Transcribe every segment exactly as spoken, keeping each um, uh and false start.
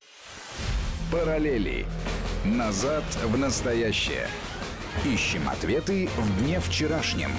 Параллели. Назад в настоящее. Ищем ответы в дне вчерашнем.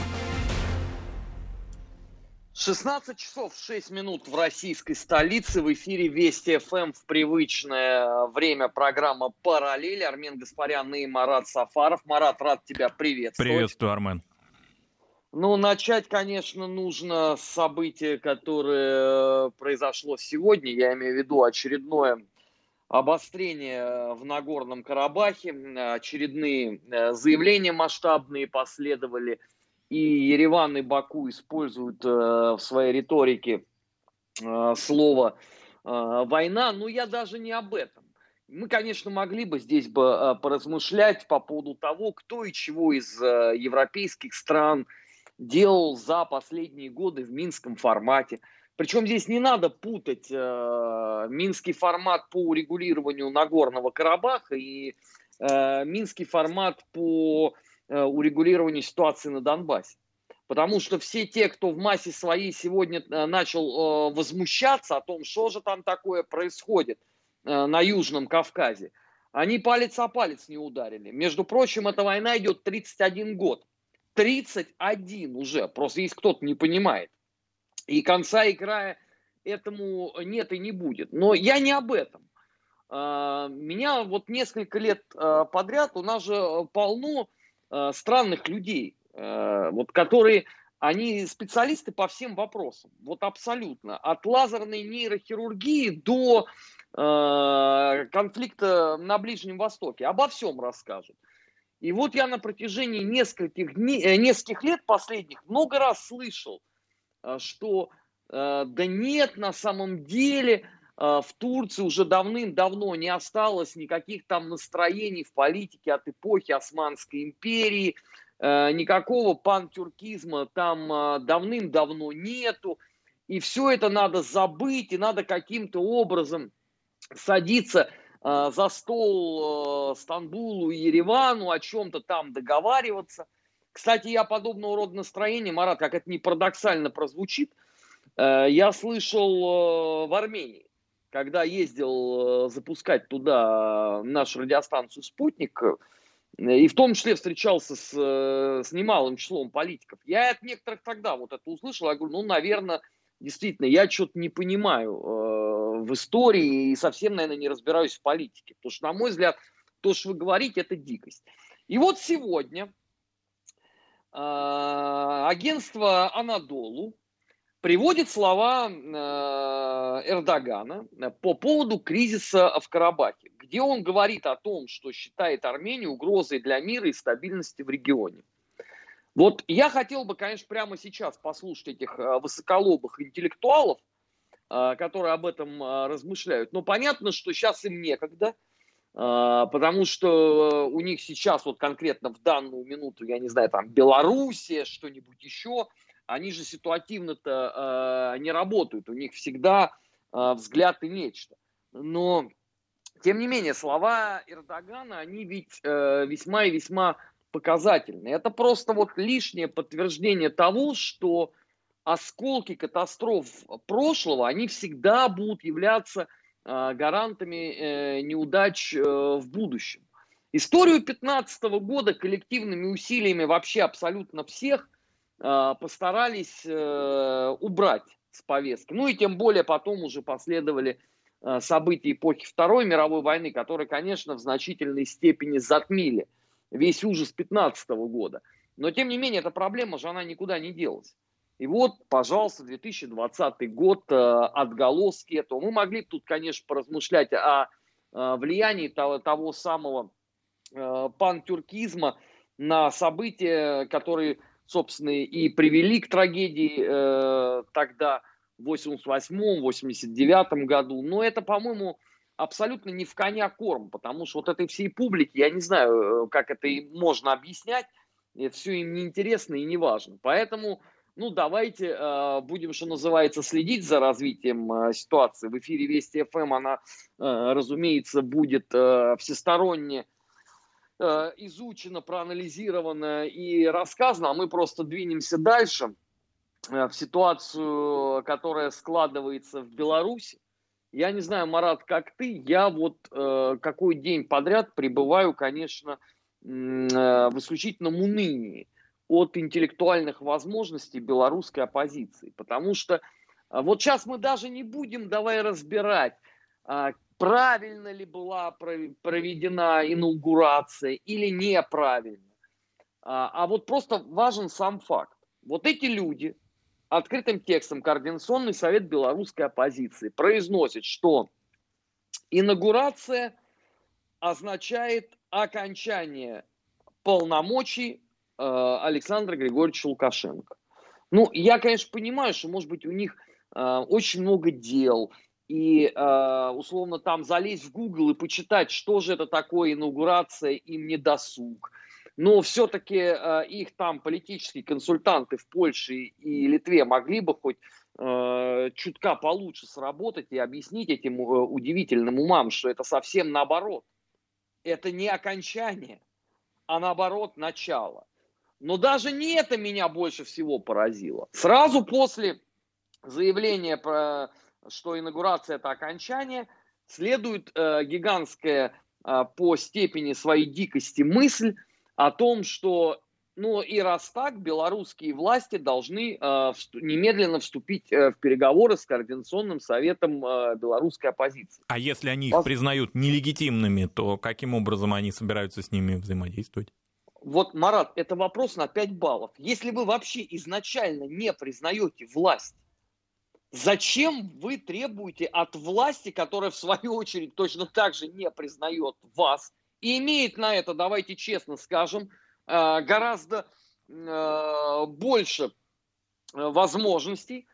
шестнадцать часов шесть минут в российской столице. В эфире Вести эф эм в привычное время программа «Параллели». Армен Гаспарян и Марат Сафаров. Марат, рад тебя приветствовать. Приветствую, Армен. Ну, начать, конечно, нужно с события, которое произошло сегодня. Я имею в виду очередное обострение в Нагорном Карабахе. Очередные заявления масштабные последовали. И Ереван, и Баку используют в своей риторике слово «война». Но я даже не об этом. Мы, конечно, могли бы здесь бы поразмышлять по поводу того, кто и чего из европейских стран делал за последние годы в минском формате. Причем здесь не надо путать э, минский формат по урегулированию Нагорного Карабаха и э, минский формат по э, урегулированию ситуации на Донбассе. Потому что все те, кто в массе своей сегодня э, начал э, возмущаться о том, что же там такое происходит э, на Южном Кавказе, они палец о палец не ударили. Между прочим, эта война идет тридцать один год. тридцать один уже, просто если кто-то не понимает. И конца и края этому нет и не будет. Но я не об этом. Меня вот несколько лет подряд, у нас же полно странных людей, вот, которые, они специалисты по всем вопросам. Вот абсолютно. От лазерной нейрохирургии до конфликта на Ближнем Востоке. Обо всем расскажут. И вот я на протяжении нескольких, дней, нескольких лет последних много раз слышал, что э, да нет, на самом деле э, в Турции уже давным-давно не осталось никаких там настроений в политике от эпохи Османской империи, э, никакого пантюркизма там э, давным-давно нету, и все это надо забыть, и надо каким-то образом садиться э, за стол э, Стамбулу и Еревану, о чем-то там договариваться. Кстати, я подобного рода настроения, Марат, как это ни парадоксально прозвучит, я слышал в Армении, когда ездил запускать туда нашу радиостанцию «Спутник», и в том числе встречался с, с немалым числом политиков. Я от некоторых тогда вот это услышал, я говорю, ну, наверное, действительно, я что-то не понимаю в истории и совсем, наверное, не разбираюсь в политике. Потому что, на мой взгляд, то, что вы говорите, это дикость. И вот сегодня агентство «Анадолу» приводит слова Эрдогана по поводу кризиса в Карабахе, где он говорит о том, что считает Армению угрозой для мира и стабильности в регионе. Вот я хотел бы, конечно, прямо сейчас послушать этих высоколобых интеллектуалов, которые об этом размышляют. Но понятно, что сейчас им некогда. Потому что у них сейчас вот конкретно в данную минуту, я не знаю, там Белоруссия, что-нибудь еще, они же ситуативно-то э, не работают, у них всегда э, взгляд и нечто. Но, тем не менее, слова Эрдогана, они ведь э, весьма и весьма показательны. Это просто вот лишнее подтверждение того, что осколки катастроф прошлого, они всегда будут являться гарантами неудач в будущем. Историю две тысячи пятнадцатого года коллективными усилиями вообще абсолютно всех постарались убрать с повестки. Ну и тем более потом уже последовали события эпохи Второй мировой войны, которые, конечно, в значительной степени затмили весь ужас две тысячи пятнадцатого года. Но тем не менее, эта проблема же она никуда не делась. И вот, пожалуйста, две тысячи двадцатый год, э, отголоски этого. Мы могли тут, конечно, поразмышлять о, о влиянии того, того самого э, пантюркизма на события, которые, собственно, и привели к трагедии э, тогда, в восемьдесят восьмом — восемьдесят девятом году. Но это, по-моему, абсолютно не в коня корм, потому что вот этой всей публике, я не знаю, как это им можно объяснять, это все им неинтересно и не важно. Поэтому... Ну, давайте э, будем, что называется, следить за развитием э, ситуации. В эфире Вести эф эм она, э, разумеется, будет э, всесторонне э, изучена, проанализирована и рассказана. А мы просто двинемся дальше э, в ситуацию, которая складывается в Беларуси. Я не знаю, Марат, как ты, я вот э, какой день подряд пребываю, конечно, м, э, в исключительном унынии от интеллектуальных возможностей белорусской оппозиции. Потому что а, вот сейчас мы даже не будем давай разбирать, а, правильно ли была пров- проведена инаугурация или неправильно. А, а вот просто важен сам факт. Вот эти люди открытым текстом Координационный совет белорусской оппозиции произносит, что инаугурация означает окончание полномочий э, Александра Григорьевича Лукашенко. Ну, я, конечно, понимаю, что, может быть, у них э, очень много дел, и, э, условно, там залезть в Google и почитать, что же это такое инаугурация, им не досуг. Но все-таки э, их там политические консультанты в Польше и Литве могли бы хоть э, чутка получше сработать и объяснить этим э, удивительным умам, что это совсем наоборот. Это не окончание, а наоборот начало. Но даже не это меня больше всего поразило. Сразу после заявления, про, что инаугурация это окончание, следует э, гигантская э, по степени своей дикости мысль о том, что, ну и раз так, белорусские власти должны э, всту- немедленно вступить э, в переговоры с Координационным советом э, белорусской оппозиции. А если они их Пос- признают нелегитимными, то каким образом они собираются с ними взаимодействовать? Вот, Марат, это вопрос на пять баллов. Если вы вообще изначально не признаете власть, зачем вы требуете от власти, которая в свою очередь точно так же не признает вас и имеет на это, давайте честно скажем, э, гораздо э, больше возможностей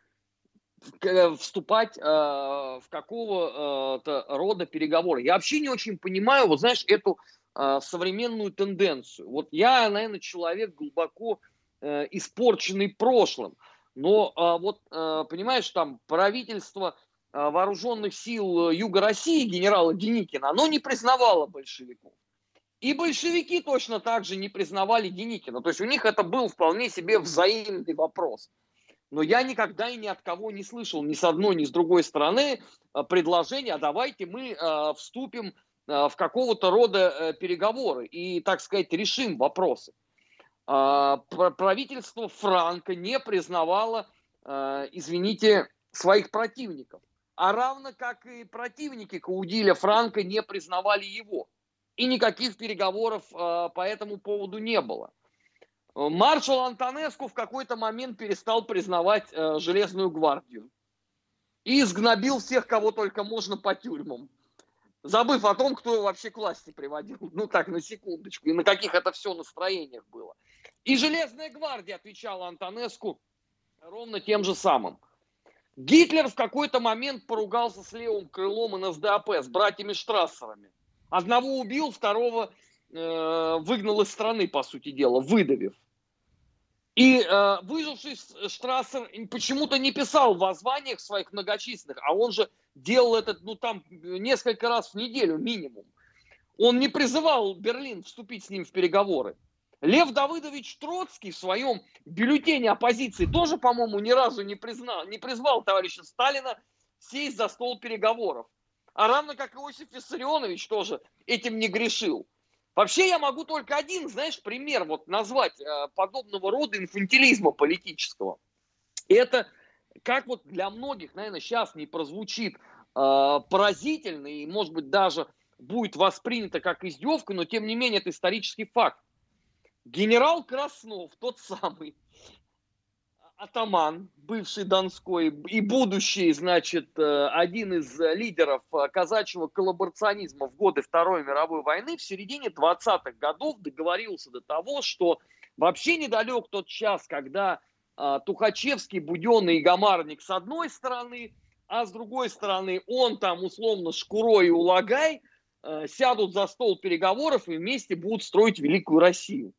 э, вступать э, в какого-то рода переговоры? Я вообще не очень понимаю, вот знаешь, эту э, современную тенденцию. Вот я, наверное, человек глубоко э, испорченный прошлым. Но а, вот, а, понимаешь, там правительство а, вооруженных сил Юга России генерала Деникина, оно не признавало большевиков. И большевики точно так же не признавали Деникина. То есть у них это был вполне себе взаимный вопрос. Но я никогда и ни от кого не слышал, ни с одной, ни с другой стороны, предложения, а давайте мы а, вступим а, в какого-то рода а, переговоры и, так сказать, решим вопросы. Правительство Франко не признавало, извините, своих противников. А равно как и противники Каудиля Франко не признавали его. И никаких переговоров по этому поводу не было. Маршал Антонеску в какой-то момент перестал признавать Железную гвардию. И сгнобил всех, кого только можно, по тюрьмам. Забыв о том, кто его вообще к власти приводил. Ну так, на секундочку. И на каких это все настроениях было. И Железная гвардия отвечала Антонеску ровно тем же самым. Гитлер в какой-то момент поругался с левым крылом эн эс дэ ап, с братьями Штрассерами. Одного убил, второго э, выгнал из страны, по сути дела, выдавив. И э, выживший Штрассер почему-то не писал в воззваниях своих многочисленных, а он же делал это, ну, там, несколько раз в неделю минимум. Он не призывал Берлин вступить с ним в переговоры. Лев Давыдович Троцкий в своем бюллетене оппозиции тоже, по-моему, ни разу не, признал, не призвал товарища Сталина сесть за стол переговоров. А равно как Иосиф Виссарионович тоже этим не грешил. Вообще я могу только один, знаешь, пример вот назвать э, подобного рода инфантилизма политического. Это, как вот для многих, наверное, сейчас не прозвучит э, поразительно и, может быть, даже будет воспринято как издевка, но тем не менее это исторический факт. Генерал Краснов, тот самый атаман, бывший Донской и будущий, значит, один из лидеров казачьего коллаборационизма в годы Второй мировой войны, в середине двадцатых годов договорился до того, что вообще недалек тот час, когда Тухачевский, Буденный и Гомарник с одной стороны, а с другой стороны он там условно Шкурой и Улагай сядут за стол переговоров и вместе будут строить великую Россию.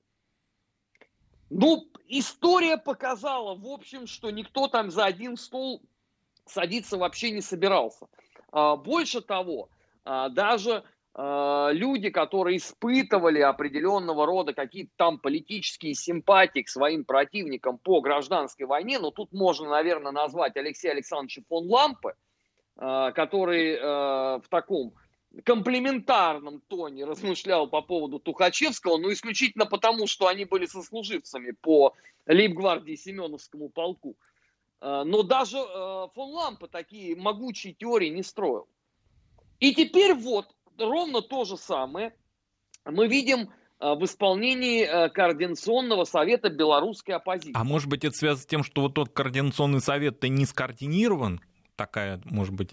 Ну, история показала, в общем, что никто там за один стол садиться вообще не собирался. Больше того, даже люди, которые испытывали определенного рода какие-то там политические симпатии к своим противникам по гражданской войне, но тут можно, наверное, назвать Алексея Александровича фон Лампе, который в таком комплиментарном тоне размышлял по поводу Тухачевского, но исключительно потому, что они были сослуживцами по лейб-гвардии Семеновскому полку. Но даже фон Лампе такие могучие теории не строил. И теперь вот ровно то же самое мы видим в исполнении Координационного совета белорусской оппозиции. А может быть, это связано с тем, что вот тот Координационный совет-то не скоординирован? Такая, может быть,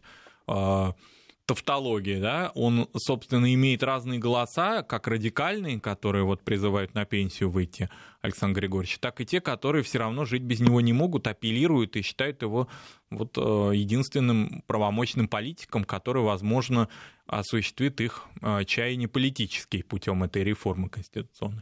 тавтология, да? Он, собственно, имеет разные голоса, как радикальные, которые вот призывают на пенсию выйти Александр Григорьевич, так и те, которые все равно жить без него не могут, апеллируют и считают его вот единственным правомочным политиком, который, возможно, осуществит их чаяния политические путем этой реформы конституционной.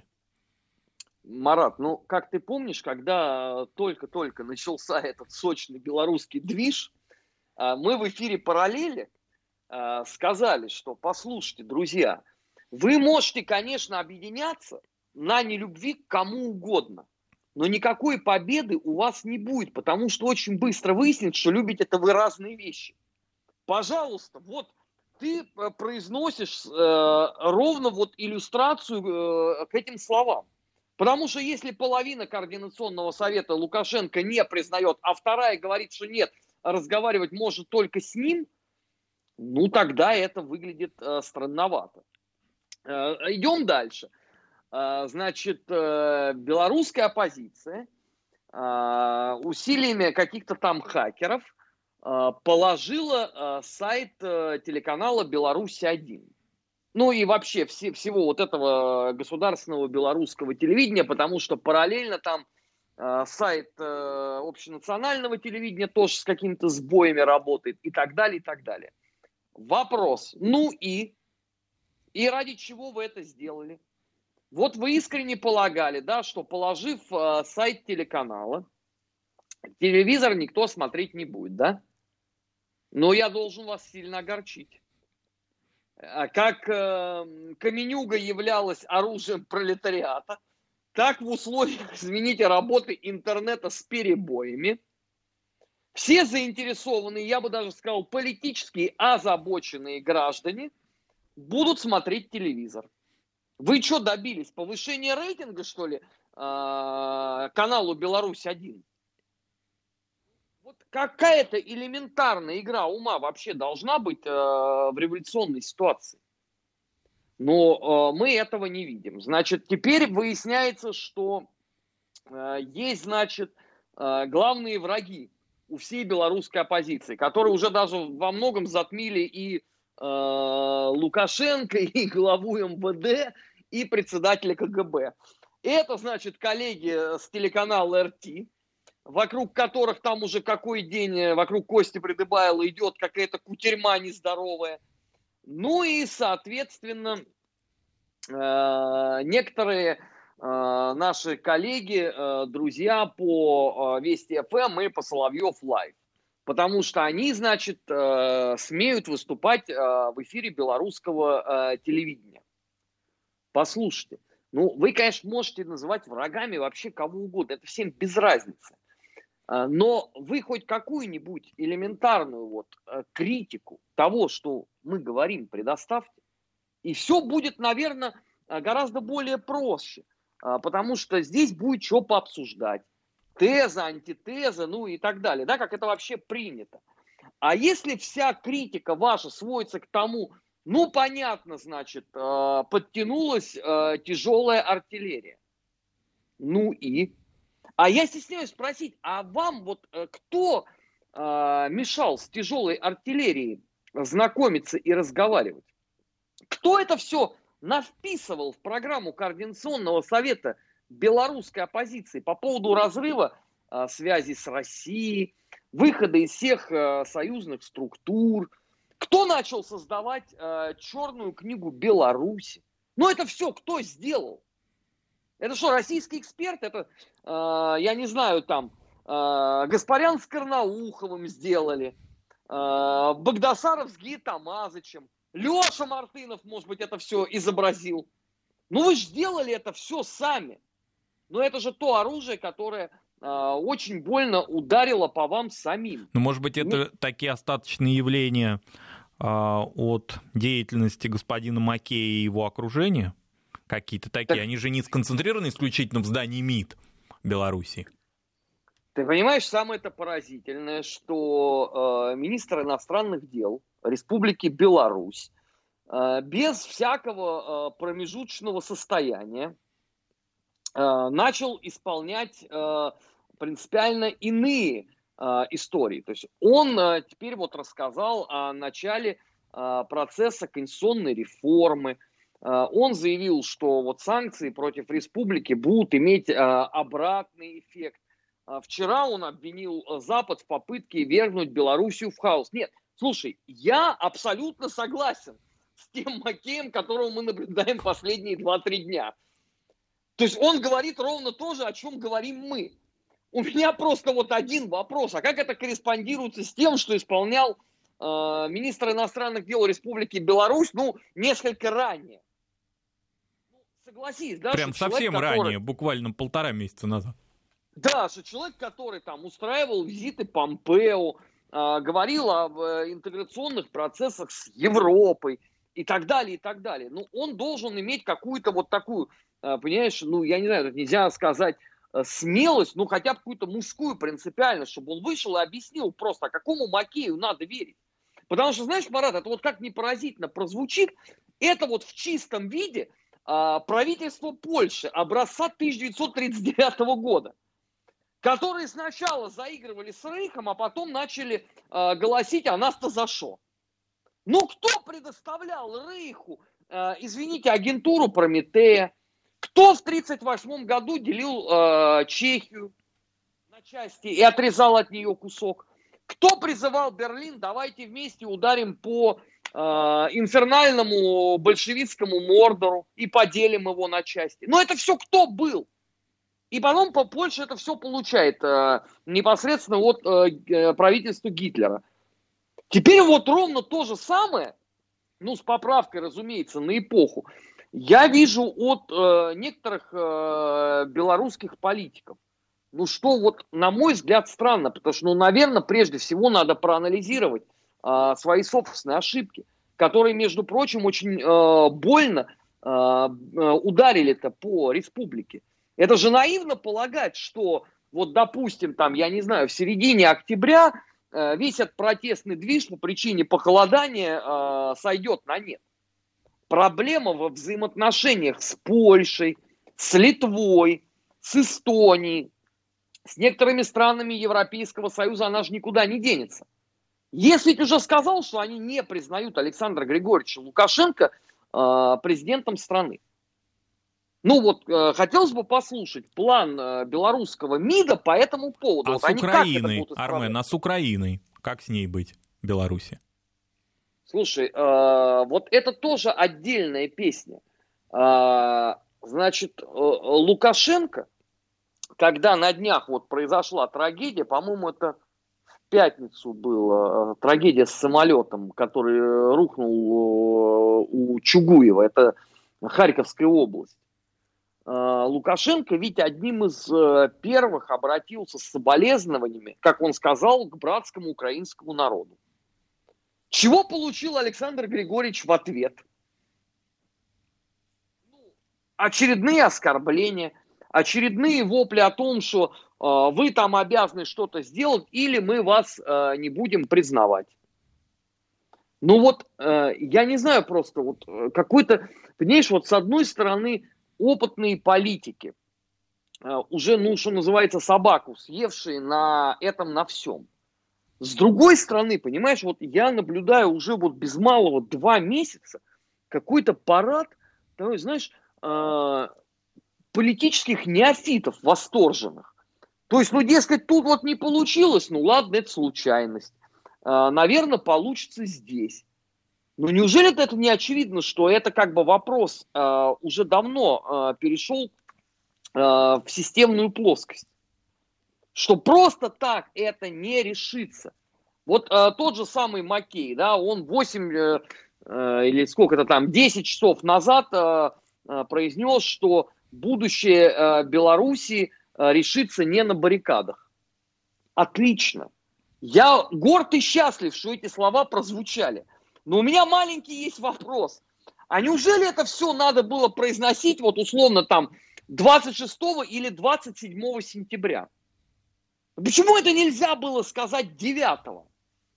Марат, ну, как ты помнишь, когда только-только начался этот сочный белорусский движ, мы в эфире «Параллели» сказали, что, послушайте, друзья, вы можете, конечно, объединяться на нелюбви к кому угодно, но никакой победы у вас не будет, потому что очень быстро выяснится, что любите это вы разные вещи. Пожалуйста, вот ты произносишь э, ровно вот иллюстрацию э, к этим словам. Потому что если половина Координационного совета Лукашенко не признает, а вторая говорит, что нет, разговаривать может только с ним, ну тогда это выглядит э, странновато. Э, идем дальше. Э, значит, э, белорусская оппозиция э, усилиями каких-то там хакеров э, положила э, сайт э, телеканала «Беларусь один». Ну и вообще все, всего вот этого государственного белорусского телевидения, потому что параллельно там э, сайт э, общенационального телевидения тоже с какими-то сбоями работает и так далее, и так далее. Вопрос. Ну и? И ради чего вы это сделали? Вот вы искренне полагали, да, что положив э, сайт телеканала, телевизор никто смотреть не будет, да? Но я должен вас сильно огорчить. Как э, Каменюга являлась оружием пролетариата, так в условиях, извините, работы интернета с перебоями все заинтересованные, я бы даже сказал, политически озабоченные граждане будут смотреть телевизор. Вы что добились? Повышение рейтинга, что ли, э, каналу «Беларусь один»? Вот какая-то элементарная игра ума вообще должна быть э, в революционной ситуации. Но э, мы этого не видим. Значит, теперь выясняется, что э, есть, значит, э, главные враги у всей белорусской оппозиции, которые уже даже во многом затмили и э, Лукашенко, и главу эм вэ дэ, и председателя ка гэ бэ. Это, значит, коллеги с телеканала эр тэ, вокруг которых там уже какой день, вокруг Кости Придыбайла идет какая-то кутерьма нездоровая. Ну и, соответственно, некоторые наши коллеги, друзья по Вести эф эм и по Соловьев Лайв. Потому что они, значит, смеют выступать в эфире белорусского телевидения. Послушайте, ну вы, конечно, можете называть врагами вообще кого угодно, это всем без разницы. Но вы хоть какую-нибудь элементарную вот критику того, что мы говорим, предоставьте. И все будет, наверное, гораздо более проще. Потому что здесь будет что пообсуждать. Теза, антитеза, ну и так далее. Да, как это вообще принято. А если вся критика ваша сводится к тому, ну понятно, значит, подтянулась тяжелая артиллерия. Ну и... А я стесняюсь спросить, а вам вот э, кто э, мешал с тяжелой артиллерией знакомиться и разговаривать? Кто это все навписывал в программу Координационного совета белорусской оппозиции по поводу разрыва э, связи с Россией, выхода из всех э, союзных структур? Кто начал создавать э, черную книгу Беларуси? Ну это все кто сделал? Это что, российский эксперт? Это, э, я не знаю, там, э, Гаспарян с Карнауховым сделали, э, Багдасаров с Гиетамазычем, Леша Мартынов, может быть, это все изобразил. Ну вы же сделали это все сами. Но это же то оружие, которое очень больно ударило по вам самим. Ну, может быть, это такие остаточные явления от деятельности господина Макея и его окружения? Какие-то такие. Так... Они же не сконцентрированы исключительно в здании МИД Беларуси. Ты понимаешь, самое-то поразительное, что э, министр иностранных дел Республики Беларусь э, без всякого э, промежуточного состояния э, начал исполнять э, принципиально иные э, истории. То есть он э, теперь вот рассказал о начале э, процесса конституционной реформы. Э, он заявил, что вот санкции против республики будут иметь э, обратный эффект. Вчера он обвинил Запад в попытке вергнуть Белоруссию в хаос. Нет, слушай, я абсолютно согласен с тем Макеем, которого мы наблюдаем последние два-три дня. То есть он говорит ровно то же, о чем говорим мы. У меня просто вот один вопрос. А как это корреспондируется с тем, что исполнял э, министр иностранных дел Республики Беларусь, ну, несколько ранее? Ну, согласись, да? Прям совсем человек, который... ранее, буквально полтора месяца назад. Да, что человек, который там устраивал визиты Помпео, э, говорил об э, интеграционных процессах с Европой и так далее, и так далее. Ну, он должен иметь какую-то вот такую, э, понимаешь, ну, я не знаю, нельзя сказать э, смелость, ну, хотя бы какую-то мужскую принципиальность, чтобы он вышел и объяснил просто, какому Макею надо верить. Потому что, знаешь, Марат, это вот как ни поразительно прозвучит, это вот в чистом виде э, правительство Польши образца тысяча девятьсот тридцать девятого года. Которые сначала заигрывали с Рейхом, а потом начали э, голосить «а нас-то за шо?». Ну, кто предоставлял Рейху, э, извините, агентуру Прометея? Кто в тридцать восьмом году делил э, Чехию на части и отрезал от нее кусок? Кто призывал Берлин «давайте вместе ударим по э, инфернальному большевистскому Мордору и поделим его на части»? Ну, это все кто был? И потом по Польше это все получает э, непосредственно от э, правительства Гитлера. Теперь вот ровно то же самое, ну с поправкой, разумеется, на эпоху, я вижу от э, некоторых э, белорусских политиков. Ну что вот, на мой взгляд, странно, потому что, ну, наверное, прежде всего надо проанализировать э, свои собственные ошибки, которые, между прочим, очень э, больно э, ударили-то по республике. Это же наивно полагать, что вот, допустим, там, я не знаю, в середине октября э, весь этот протестный движ по причине похолодания э, сойдет на нет. Проблема во взаимоотношениях с Польшей, с Литвой, с Эстонией, с некоторыми странами Европейского Союза, она же никуда не денется. Если ты уже сказал, что они не признают Александра Григорьевича Лукашенко э, президентом страны. Ну вот, э, хотелось бы послушать план э, белорусского МИДа по этому поводу. А вот с они Украиной, Армен, а с Украиной? Как с ней быть, Беларуси? Слушай, э, вот это тоже отдельная песня. Э, значит, э, Лукашенко, когда на днях вот произошла трагедия, по-моему, это в пятницу была э, трагедия с самолетом, который рухнул э, у Чугуева, это Харьковская область. Лукашенко ведь одним из первых обратился с соболезнованиями, как он сказал, к братскому украинскому народу. Чего получил Александр Григорьевич в ответ? Очередные оскорбления, очередные вопли о том, что э, вы там обязаны что-то сделать, или мы вас э, не будем признавать. Ну вот, э, я не знаю просто, вот какой-то, понимаешь, вот с одной стороны, опытные политики, уже, ну, что называется, собаку съевшие на этом, на всем. С другой стороны, понимаешь, вот я наблюдаю уже вот без малого два месяца какой-то парад, знаешь, политических неофитов восторженных. То есть, ну, дескать, тут вот не получилось, ну, ладно, это случайность. Наверное, получится здесь. Но неужели это не очевидно, что это как бы вопрос э, уже давно э, перешел э, в системную плоскость? Что просто так это не решится. Вот э, тот же самый Макей, да, он восемь э, э, или сколько это там, десять часов назад э, э, произнес, что будущее э, Беларуси решится не на баррикадах. Отлично. Я горд и счастлив, что эти слова прозвучали. Но у меня маленький есть вопрос. А неужели это все надо было произносить вот условно там двадцать шестого или двадцать седьмого сентября? Почему это нельзя было сказать девятого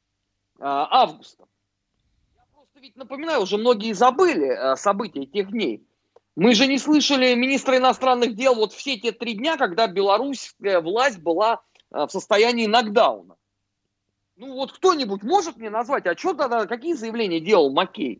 августа? Я просто ведь напоминаю, уже многие забыли события тех дней. Мы же не слышали министра иностранных дел вот все те три дня, когда белорусская власть была в состоянии нокдауна. Ну вот кто-нибудь может мне назвать, а что тогда, какие заявления делал Маккейн?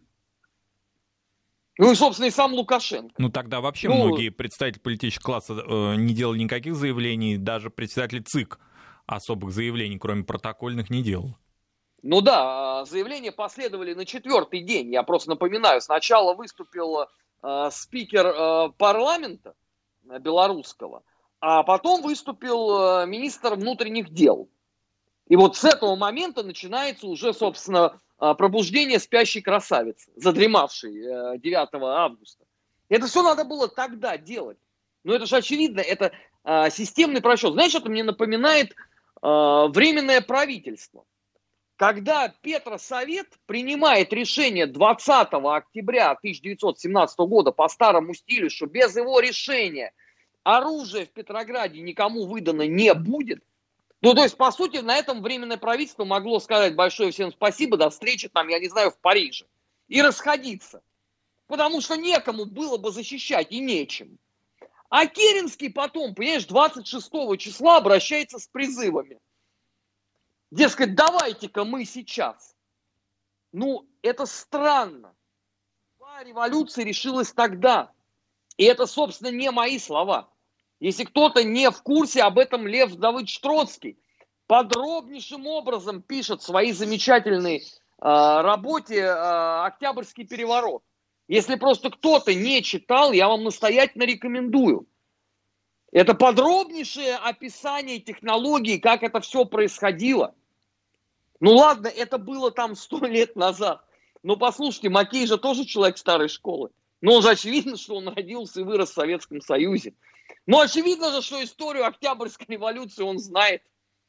Ну и, собственно, и сам Лукашенко. Ну тогда вообще ну, многие представители политического класса э, не делали никаких заявлений, даже председатель ЦИК особых заявлений, кроме протокольных, не делал. Ну да, заявления последовали на четвертый день. Я просто напоминаю, сначала выступил э, спикер э, парламента белорусского, а потом выступил э, министр внутренних дел. И вот с этого момента начинается уже, собственно, пробуждение спящей красавицы, задремавшей девятого августа. Это все надо было тогда делать. Но это же очевидно, это системный просчет. Знаешь, это мне напоминает Временное правительство. Когда Петросовет принимает решение двадцатого октября тысяча девятьсот семнадцатого года по старому стилю, что без его решения оружие в Петрограде никому выдано не будет, ну, то есть, по сути, на этом Временное правительство могло сказать большое всем спасибо, до встречи там, я не знаю, в Париже. И расходиться. Потому что некому было бы защищать и нечем. А Керенский потом, понимаешь, двадцать шестого числа обращается с призывами. Дескать, давайте-ка мы сейчас. Ну, это странно. Революция решилась тогда. И это, собственно, не мои слова. Если кто-то не в курсе, об этом Лев Давыдович Троцкий подробнейшим образом пишет в своей замечательной э, работе э, «Октябрьский переворот». Если просто кто-то не читал, я вам настоятельно рекомендую. Это подробнейшее описание технологий, как это все происходило. Ну ладно, это было там сто лет назад. Но послушайте, Маккей же тоже человек старой школы. Но он же очевидно, что он родился и вырос в Советском Союзе. Но очевидно же, что историю Октябрьской революции он знает.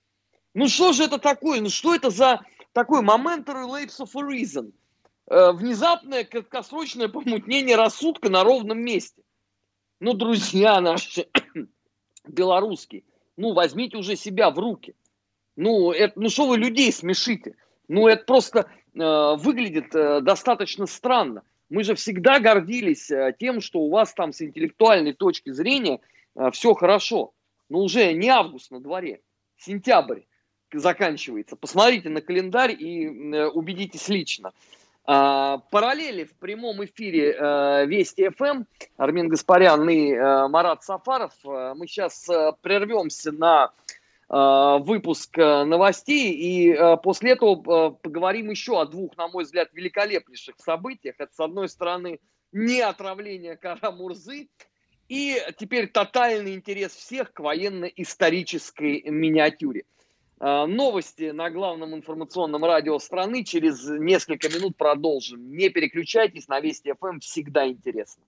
Ну что же это такое? Ну что это за такой momentary lapse of a reason? Э, внезапное краткосрочное помутнение рассудка на ровном месте. Ну, друзья наши белорусские, ну возьмите уже себя в руки. Ну, это, ну что вы людей смешите? Ну это просто э, выглядит э, достаточно странно. Мы же всегда гордились э, тем, что у вас там с интеллектуальной точки зрения э, все хорошо. Но уже не август на дворе, сентябрь заканчивается. Посмотрите на календарь и э, убедитесь лично. А, параллели в прямом эфире э, Вести эф эм, Армен Гаспарян и э, Марат Сафаров. Э, мы сейчас э, прервемся на э, выпуск э, новостей и э, после этого э, поговорим еще о двух, на мой взгляд, великолепнейших событиях. Это, с одной стороны, не отравление Кара-Мурзы, и теперь тотальный интерес всех к военно-исторической миниатюре. Новости на главном информационном радио страны. Через несколько минут продолжим. Не переключайтесь, на Вести эф эм всегда интересно.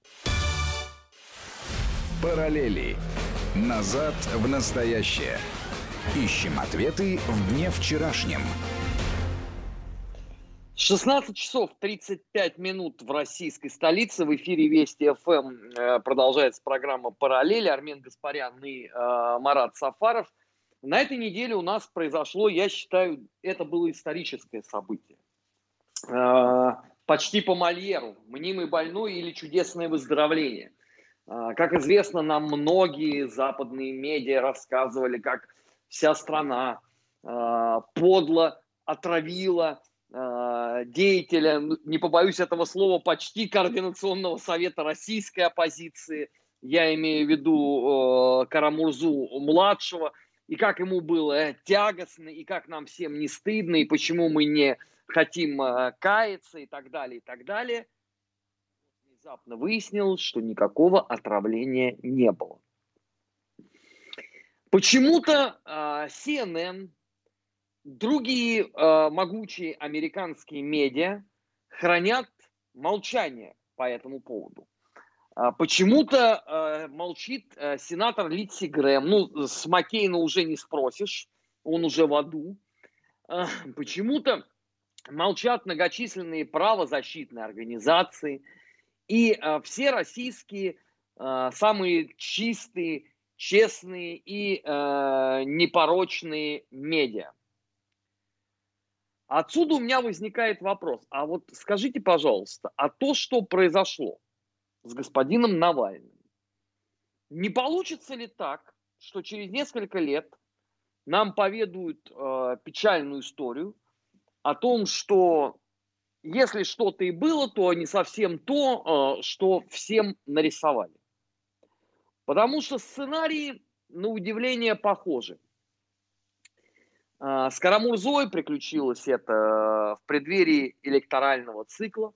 Параллели. Назад в настоящее. Ищем ответы в дне вчерашнем. шестнадцать часов тридцать пять минут в российской столице. В эфире Вести эф эм продолжается программа «Параллели». Армен Гаспарян и э, Марат Сафаров. На этой неделе у нас произошло, я считаю, это было историческое событие. Э, почти по Мольеру. «Мнимый больной» или «Чудесное выздоровление». Э, как известно, нам многие западные медиа рассказывали, как вся страна э, подло отравила деятеля, не побоюсь этого слова, почти координационного совета российской оппозиции, я имею в виду э, Кара-Мурзу-младшего, и как ему было тягостно, и как нам всем не стыдно, и почему мы не хотим э, каяться, и так далее, и так далее. Внезапно выяснилось, что никакого отравления не было. Почему-то э, си эн эн, другие э, могучие американские медиа хранят молчание по этому поводу. Почему-то э, молчит э, сенатор Линдси Грэм. Ну, с Маккейна уже не спросишь, он уже в аду. Э, почему-то молчат многочисленные правозащитные организации и э, все российские э, самые чистые, честные и э, непорочные медиа. Отсюда у меня возникает вопрос. А вот скажите, пожалуйста, а то, что произошло с господином Навальным, не получится ли так, что через несколько лет нам поведают э, печальную историю о том, что если что-то и было, то не совсем то, э, что всем нарисовали? Потому что сценарии, на удивление, похожи. Э, с Кара-Мурзой приключилось это в преддверии электорального цикла.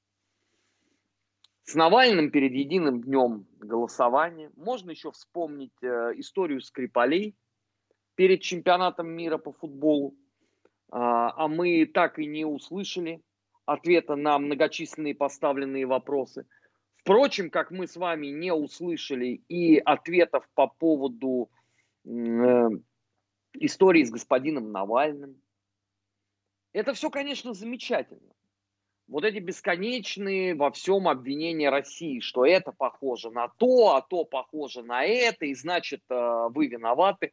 С Навальным перед единым днем голосования. Можно еще вспомнить э, историю Скрипалей перед чемпионатом мира по футболу. А, а мы так и не услышали ответа на многочисленные поставленные вопросы. Впрочем, как мы с вами не услышали и ответов по поводу э, истории с господином Навальным. Это все, конечно, замечательно. Вот эти бесконечные во всем обвинения России, что это похоже на то, а то похоже на это, и значит вы виноваты.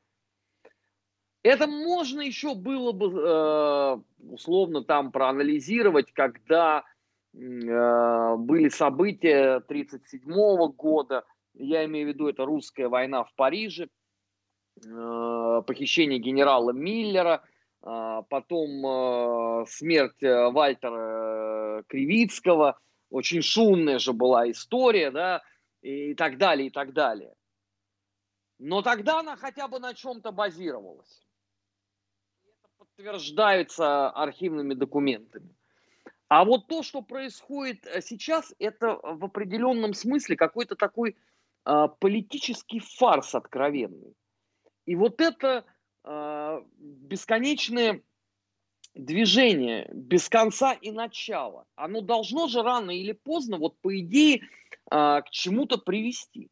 Это можно еще было бы условно там проанализировать, когда были события тридцать седьмого года, я имею в виду, это русская война в Париже, похищение генерала Миллера, потом смерть Вальтера Кривицкого, очень шумная же была история, да, и так далее, и так далее. Но тогда она хотя бы на чем-то базировалась. Это подтверждается архивными документами. А вот то, что происходит сейчас, это в определенном смысле какой-то такой а, политический фарс откровенный. И вот это а, бесконечное движение, без конца и начала, оно должно же рано или поздно, вот по идее, а, к чему-то привести.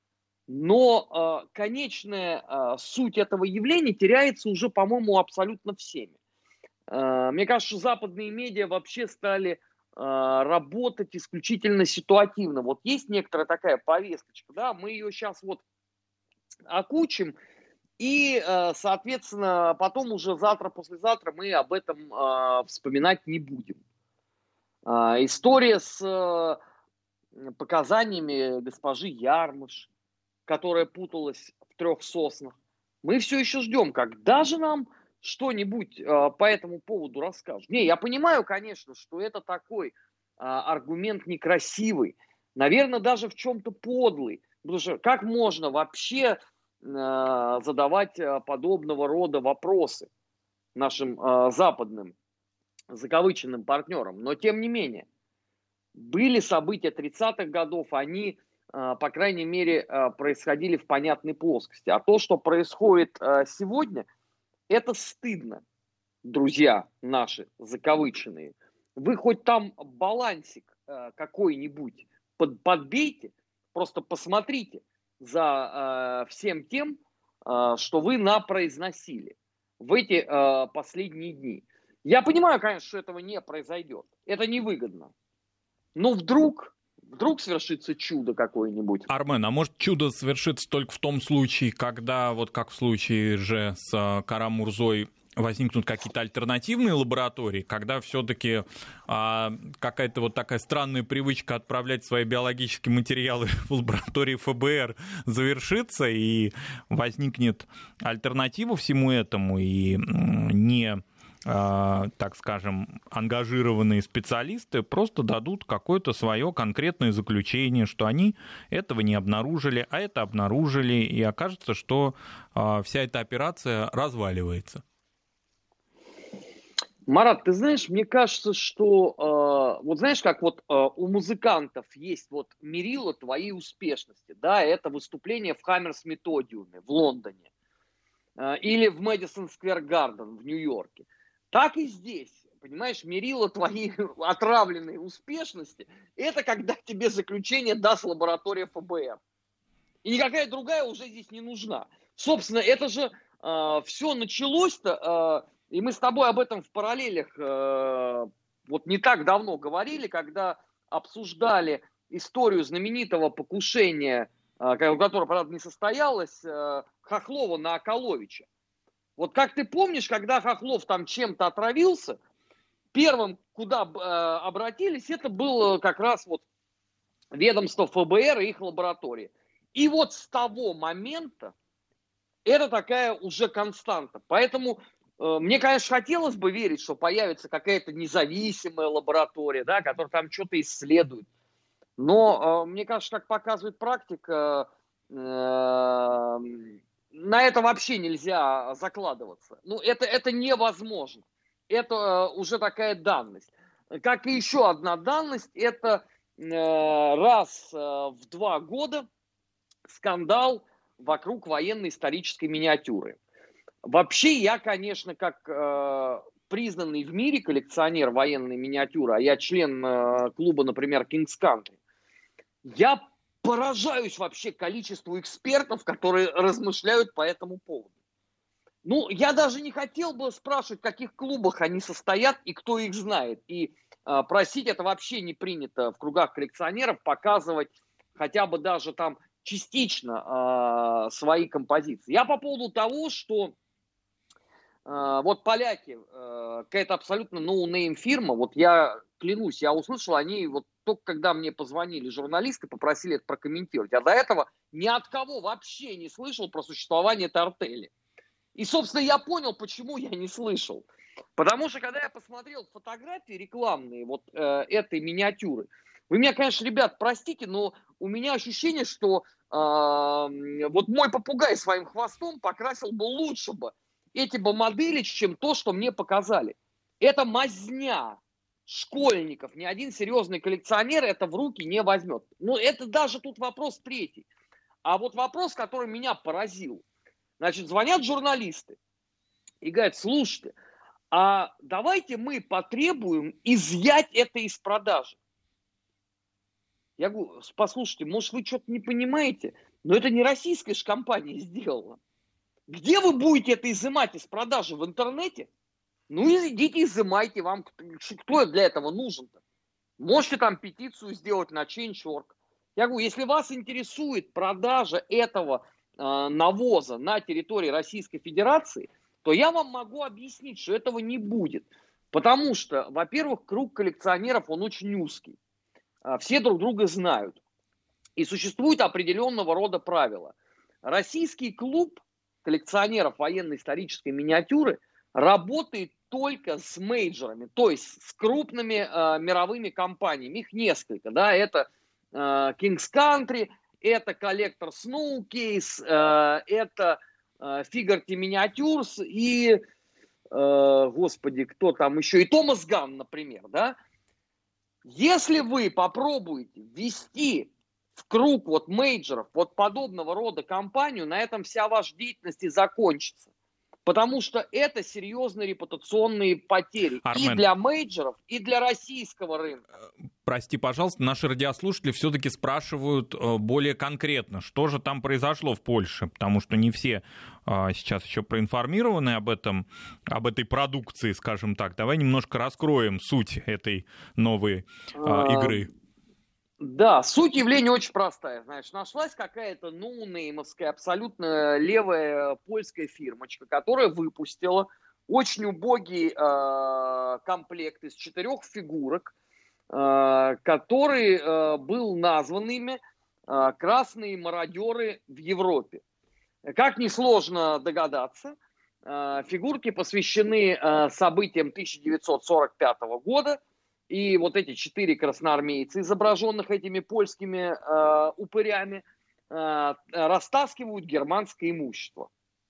Но а, конечная а, суть этого явления теряется уже, по-моему, абсолютно всеми. Мне кажется, что западные медиа вообще стали работать исключительно ситуативно. Вот есть некоторая такая повесточка, да, мы ее сейчас вот окучим, и, соответственно, потом уже завтра, послезавтра мы об этом вспоминать не будем. История с показаниями госпожи Ярмыш, которая путалась в трех соснах. Мы все еще ждем, когда же нам что-нибудь э, по этому поводу расскажут. Не, я понимаю, конечно, что это такой э, аргумент некрасивый, наверное, даже в чем-то подлый. Потому что как можно вообще э, задавать э, подобного рода вопросы нашим э, западным закавыченным партнерам? Но тем не менее, были события тридцатых годов, они, э, по крайней мере, э, происходили в понятной плоскости. А то, что происходит э, сегодня, это стыдно, друзья наши закавыченные. Вы хоть там балансик э, какой-нибудь под, подбейте, просто посмотрите за э, всем тем, э, что вы напроизносили в эти э, последние дни. Я понимаю, конечно, что этого не произойдет. Это невыгодно. Но вдруг... Вдруг свершится чудо какое-нибудь. Армен, а может чудо свершится только в том случае, когда, вот как в случае же с Кара-Мурзой, возникнут какие-то альтернативные лаборатории, когда все-таки а, какая-то вот такая странная привычка отправлять свои биологические материалы в лаборатории эф бэ эр завершится, и возникнет альтернатива всему этому, и не... так скажем, ангажированные специалисты просто дадут какое-то свое конкретное заключение, что они этого не обнаружили, а это обнаружили, и окажется, что вся эта операция разваливается. Марат, ты знаешь, мне кажется, что, вот знаешь, как вот у музыкантов есть вот мерило твоей успешности, да, это выступление в Хаммерсмит-одиуме в Лондоне или в Мэдисон Сквер Гарден в Нью-Йорке. Так и здесь, понимаешь, мерило твоей отравленной успешности, это когда тебе заключение даст лаборатория эф бэ эр. И никакая другая уже здесь не нужна. Собственно, это же э, все началось-то, э, и мы с тобой об этом в параллелях э, вот не так давно говорили, когда обсуждали историю знаменитого покушения, э, которое, правда, не состоялось, э, Хохлова на Околовича. Вот как ты помнишь, когда Хохлов там чем-то отравился, первым, куда э, обратились, это было как раз вот ведомство эф бэ эр и их лаборатории. И вот с того момента это такая уже константа. Поэтому э, мне, конечно, хотелось бы верить, что появится какая-то независимая лаборатория, да, которая там что-то исследует. Но э, мне кажется, как показывает практика, э, на это вообще нельзя закладываться. Ну, это, это невозможно. Это э, уже такая данность. Как и еще одна данность, это э, раз э, в два года скандал вокруг военно-исторической миниатюры. Вообще, я, конечно, как э, признанный в мире коллекционер военной миниатюры, а я член э, клуба, например, King's Country, я поражаюсь вообще количеству экспертов, которые размышляют по этому поводу. Ну, я даже не хотел бы спрашивать, в каких клубах они состоят и кто их знает. И э, просить это вообще не принято в кругах коллекционеров, показывать хотя бы даже там частично э, свои композиции. Я по поводу того, что э, вот поляки, э, какая-то абсолютно no-name фирма, вот я клянусь, я услышал, они вот только когда мне позвонили журналисты, попросили это прокомментировать, а до этого ни от кого вообще не слышал про существование этой артели. И, собственно, я понял, почему я не слышал. Потому что, когда я посмотрел фотографии рекламные вот э, этой миниатюры, вы меня, конечно, ребят, простите, но у меня ощущение, что э, вот мой попугай своим хвостом покрасил бы лучше бы эти бы модели, чем то, что мне показали. Это мазня школьников. Ни один серьезный коллекционер это в руки не возьмет. Но это даже тут вопрос третий. А вот вопрос, который меня поразил. Значит, звонят журналисты и говорят, слушайте, а давайте мы потребуем изъять это из продажи. Я говорю, послушайте, может вы что-то не понимаете, но это не российская же компания сделала. Где вы будете это изымать из продажи? В интернете? Ну идите изымайте, вам кто для этого нужен-то? Можете там петицию сделать на Change точка орг. Я говорю, если вас интересует продажа этого э, навоза на территории Российской Федерации, то я вам могу объяснить, что этого не будет. Потому что, во-первых, круг коллекционеров, он очень узкий. Все друг друга знают. И существует определенного рода правила. Российский клуб коллекционеров военно-исторической миниатюры работает только с мейджорами, то есть с крупными э, мировыми компаниями. Их несколько. Да? Это э, King's Country, это Collector Snowcase, э, это э, Figarty Miniatures и, э, господи, кто там еще, и Thomas Gunn, например, да? Если вы попробуете ввести в круг вот мейджоров, вот подобного рода компанию, на этом вся ваша деятельность и закончится. Потому что это серьезные репутационные потери. Армен, и для мейджоров, и для российского рынка. Прости, пожалуйста, наши радиослушатели все-таки спрашивают более конкретно, что же там произошло в Польше, потому что не все сейчас еще проинформированы об этом, об этой продукции, скажем так. Давай немножко раскроем суть этой новой а, игры. Да, суть явления очень простая. Знаешь, нашлась какая-то ноунеймовская, абсолютно левая польская фирмочка, которая выпустила очень убогий э, комплект из четырех фигурок, э, который э, был назван ими э, «Красные мародеры в Европе». Как несложно догадаться, э, фигурки посвящены э, событиям тысяча девятьсот сорок пятого года. И вот эти четыре красноармейца, изображенных этими польскими э, упырями, э, растаскивают германское имущество.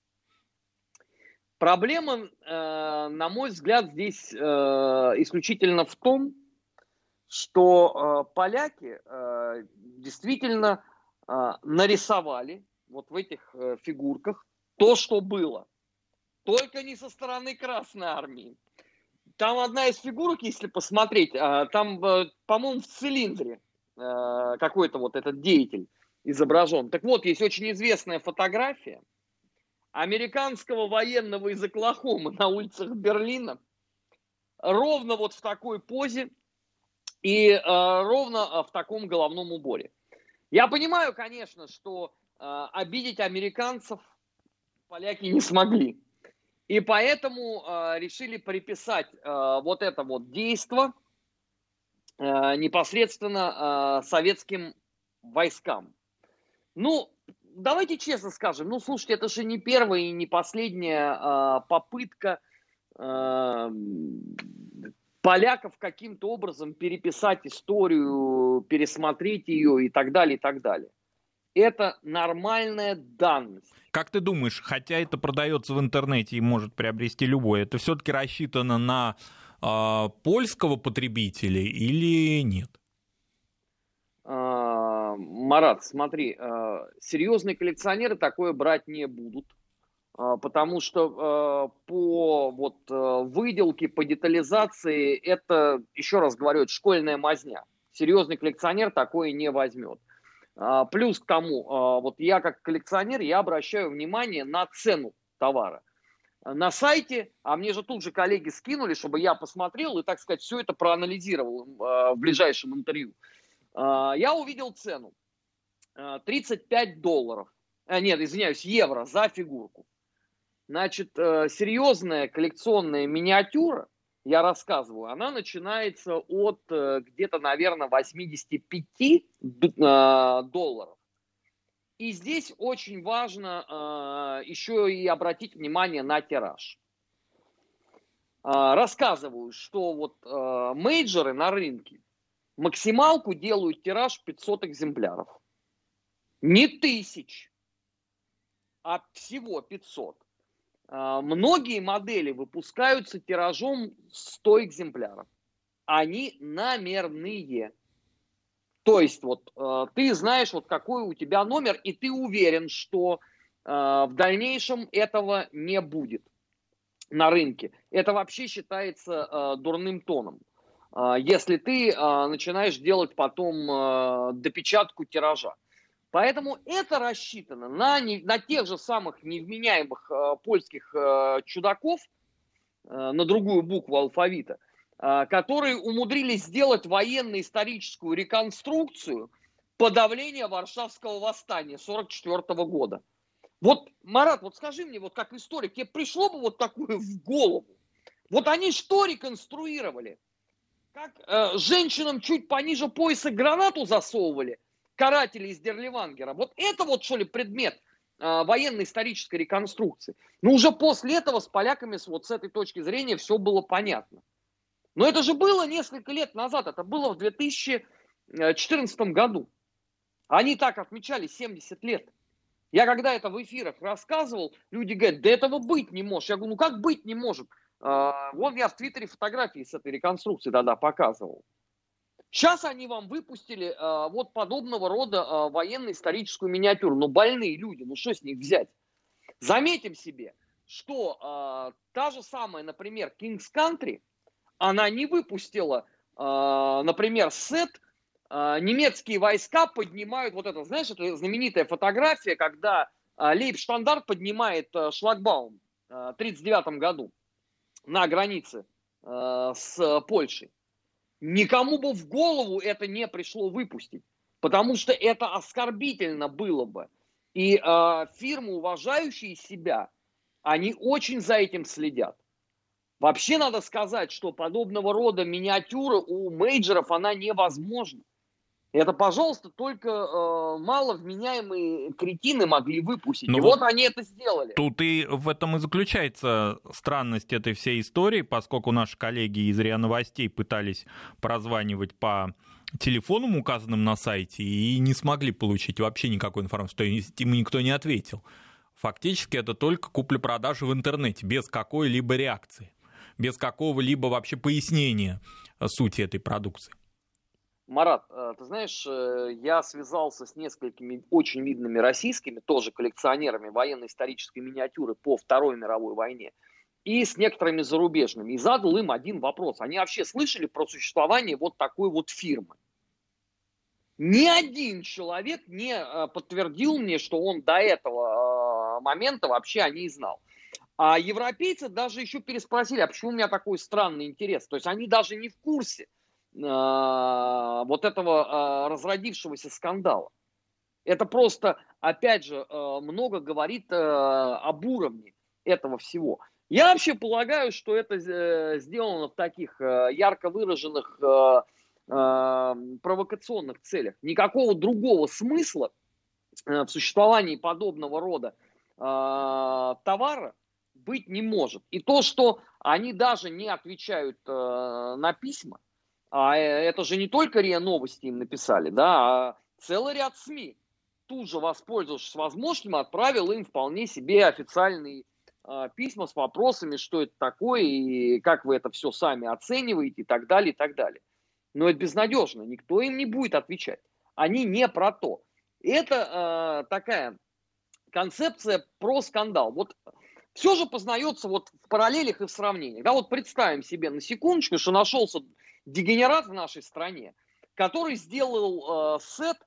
Проблема, э, на мой взгляд, здесь э, исключительно в том, что э, поляки э, действительно э, нарисовали вот в этих э, фигурках то, что было. Только не со стороны Красной Армии. там одна из фигурок, если посмотреть, там, по-моему, в цилиндре какой-то вот этот деятель изображен. Так вот, есть очень известная фотография американского военного из Оклахомы на улицах Берлина, ровно вот в такой позе и э, ровно в таком головном уборе. Я понимаю, конечно, что э, обидеть американцев поляки не смогли. И поэтому э, решили приписать э, вот это вот действо э, непосредственно э, советским войскам. Ну, давайте честно скажем, ну, слушайте, это же не первая и не последняя э, попытка э, поляков каким-то образом переписать историю, пересмотреть ее и так далее, и так далее. Это нормальная данность. Как ты думаешь, хотя это продается в интернете и может приобрести любой, это все-таки рассчитано на э, польского потребителя или нет? А, Марат, смотри, а, серьезные коллекционеры такое брать не будут, а, потому что а, по вот, а, выделке, по детализации, это, еще раз говорю, это школьная мазня. Серьезный коллекционер такое не возьмет. Плюс к тому, вот я как коллекционер, я обращаю внимание на цену товара. На сайте, а мне же тут же коллеги скинули, чтобы я посмотрел и, так сказать, все это проанализировал в ближайшем интервью. Я увидел цену. тридцать пять долларов. Нет, извиняюсь, евро за фигурку. Значит, серьезная коллекционная миниатюра, я рассказываю, она начинается от где-то, наверное, восемьдесят пять долларов. И здесь очень важно еще и обратить внимание на тираж. Рассказываю, что вот мейджоры на рынке максималку делают тираж пятьсот экземпляров. Не тысяч, а всего пятьсот. Многие модели выпускаются тиражом сто экземпляров. Они номерные. То есть вот ты знаешь, вот какой у тебя номер, и ты уверен, что в дальнейшем этого не будет на рынке. Это вообще считается дурным тоном. Если ты начинаешь делать потом допечатку тиража. Поэтому это рассчитано на, не, на тех же самых невменяемых э, польских э, чудаков, э, на другую букву алфавита, э, которые умудрились сделать военно-историческую реконструкцию подавления Варшавского восстания сорок четвёртого года. Вот, Марат, вот скажи мне, вот как историк, тебе пришло бы вот такое в голову? Вот они что реконструировали? Как э, женщинам чуть пониже пояса гранату засовывали? Каратели из Дерливангера. Вот это вот, что ли, предмет э, военно-исторической реконструкции. Но уже после этого с поляками вот с этой точки зрения все было понятно. Но это же было несколько лет назад. Это было в две тысячи четырнадцатом году. Они так отмечали семьдесят лет. Я когда это в эфирах рассказывал, люди говорят, да этого быть не может. Я говорю, ну как быть не может? Э, вон я в Твиттере фотографии с этой реконструкции тогда показывал. Сейчас они вам выпустили э, вот подобного рода э, военно-историческую миниатюру. Но больные люди, ну что с них взять? Заметим себе, что э, та же самая, например, King's Country, она не выпустила, э, например, сет э, «Немецкие войска поднимают», вот это, знаешь, это знаменитая фотография, когда э, Лейбштандарт поднимает э, шлагбаум э, в тысяча девятьсот тридцать девятом году на границе э, с Польшей. Никому бы в голову это не пришло выпустить, потому что это оскорбительно было бы. И э, фирмы, уважающие себя, они очень за этим следят. Вообще надо сказать, что подобного рода миниатюра у мейджоров, она невозможна. Это, пожалуйста, только э, маловменяемые кретины могли выпустить. Ну и вот, вот они это сделали. Тут и в этом и заключается странность этой всей истории, поскольку наши коллеги из РИА Новостей пытались прозванивать по телефонам, указанным на сайте, и не смогли получить вообще никакой информации, то есть им никто не ответил. Фактически это только купля-продажа в интернете, без какой-либо реакции, без какого-либо вообще пояснения сути этой продукции. Марат, ты знаешь, я связался с несколькими очень видными российскими, тоже коллекционерами военно-исторической миниатюры по Второй мировой войне. и с некоторыми зарубежными. И задал им один вопрос. Они вообще слышали про существование вот такой вот фирмы? Ни один человек не подтвердил мне, что он до этого момента вообще о ней знал. А европейцы даже еще переспросили, а почему у меня такой странный интерес? То есть они даже не в курсе э, вот этого э, разродившегося скандала. Это просто, опять же, э, много говорит э, об уровне этого всего. Я вообще полагаю, что это э, сделано в таких э, ярко выраженных э, э, провокационных целях. Никакого другого смысла э, в существовании подобного рода э, товара быть не может. И то, что они даже не отвечают э, на письма, а это же не только РИА Новости им написали, да, а целый ряд СМИ, тут же воспользовавшись возможностью, отправил им вполне себе официальные э, письма с вопросами, что это такое, и как вы это все сами оцениваете, и так далее, и так далее. Но это безнадежно, никто им не будет отвечать. Они не про то. Это э, такая концепция про скандал. Вот все же познается вот в параллелях и в сравнениях. Да, вот представим себе на секундочку, что нашелся дегенерат в нашей стране, который сделал э, сет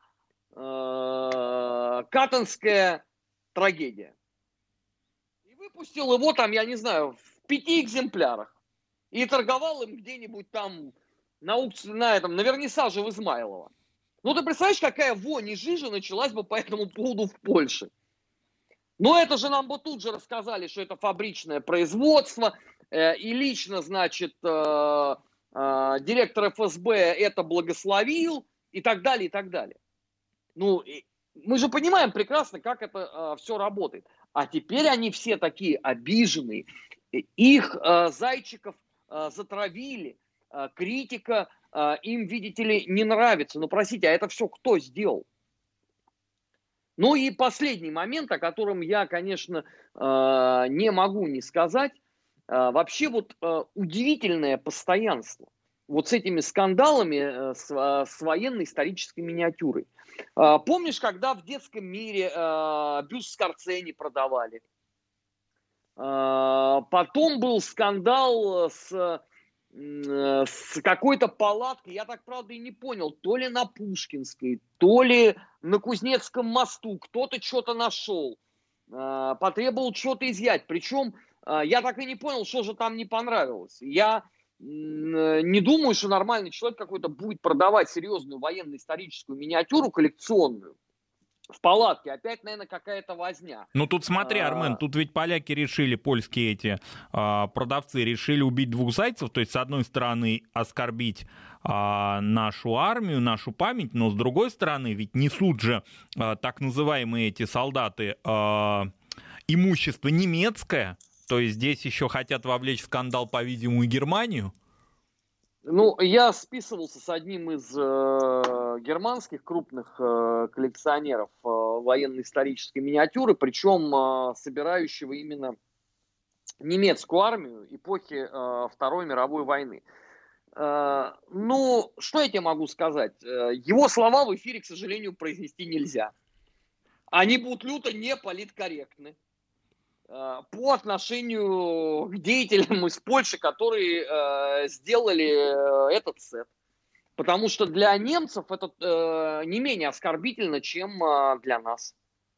э, «Каттенская трагедия». И выпустил его там, я не знаю, в пяти экземплярах. И торговал им где-нибудь там на, на, этом, на вернисаже в Измайлово. Ну ты представляешь, какая вонь и жижа началась бы по этому поводу в Польше. Но это же нам бы тут же рассказали, что это фабричное производство, э, и лично, значит, э, э, директор эф эс бэ это благословил, и так далее, и так далее. Ну, мы же понимаем прекрасно, как это э, все работает. А теперь они все такие обиженные, их э, зайчиков э, затравили, э, критика э, им, видите ли, не нравится. Ну, простите, а это все кто сделал? Ну и последний момент, о котором я, конечно, не могу не сказать. Вообще вот удивительное постоянство вот с этими скандалами с военной исторической миниатюрой. Помнишь, когда в детском мире бюст Скорцени продавали? Потом был скандал с... с какой-то палаткой, я так, правда, и не понял, то ли на Пушкинской, то ли на Кузнецком мосту, кто-то что-то нашел, потребовал что-то изъять. Причем я так и не понял, что же там не понравилось. Я не думаю, что нормальный человек какой-то будет продавать серьезную военно-историческую миниатюру коллекционную в палатке. Опять, наверное, какая-то возня. Ну тут смотри, Армен, тут ведь поляки решили, польские эти а, продавцы решили убить двух зайцев, то есть с одной стороны оскорбить а, нашу армию, нашу память, но с другой стороны ведь несут же а, так называемые эти солдаты а, имущество немецкое, то есть здесь еще хотят вовлечь в скандал, по-видимому, и Германию. Ну, я списывался с одним из э, германских крупных э, коллекционеров э, военно-исторической миниатюры, причем э, собирающего именно немецкую армию эпохи э, Второй мировой войны. Э, ну, что я тебе могу сказать? Э, его слова в эфире, к сожалению, произнести нельзя. Они будут люто не политкорректны по отношению к деятелям из Польши, которые э, сделали э, этот сет. Потому что для немцев это э, не менее оскорбительно, чем э, для нас.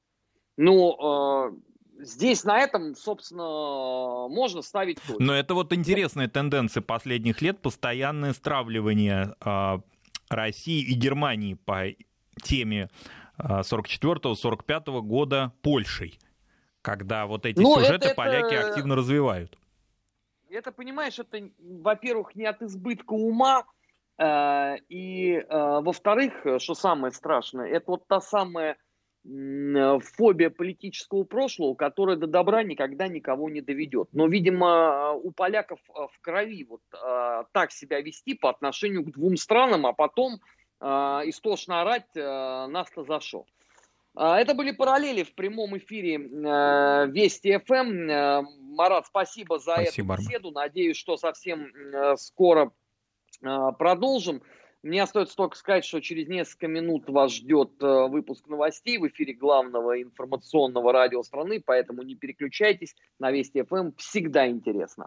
Ну, э, здесь на этом, собственно, можно ставить точку. Но это вот интересная тенденция последних лет, постоянное стравливание э, России и Германии по теме э, сорок четвёртого сорок пятого года Польшей. Когда вот эти Но сюжеты это, поляки это, активно развивают. Это, понимаешь, это, во-первых, не от избытка ума, э, и, э, во-вторых, что самое страшное, это вот та самая э, фобия политического прошлого, которая до добра никогда никого не доведет. Но, видимо, у поляков в крови вот э, так себя вести по отношению к двум странам, а потом э, истошно орать э, нас-то за шо. Это были параллели в прямом эфире э, Вести эф эм. Э, Марат, спасибо за спасибо, эту беседу. Надеюсь, что совсем э, скоро э, продолжим. Мне остается только сказать, что через несколько минут вас ждет выпуск новостей в эфире главного информационного радио страны, поэтому не переключайтесь. На Вести эф эм всегда интересно.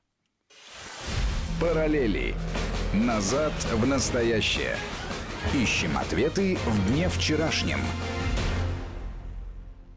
Параллели. Назад в настоящее. Ищем ответы в дне вчерашнем.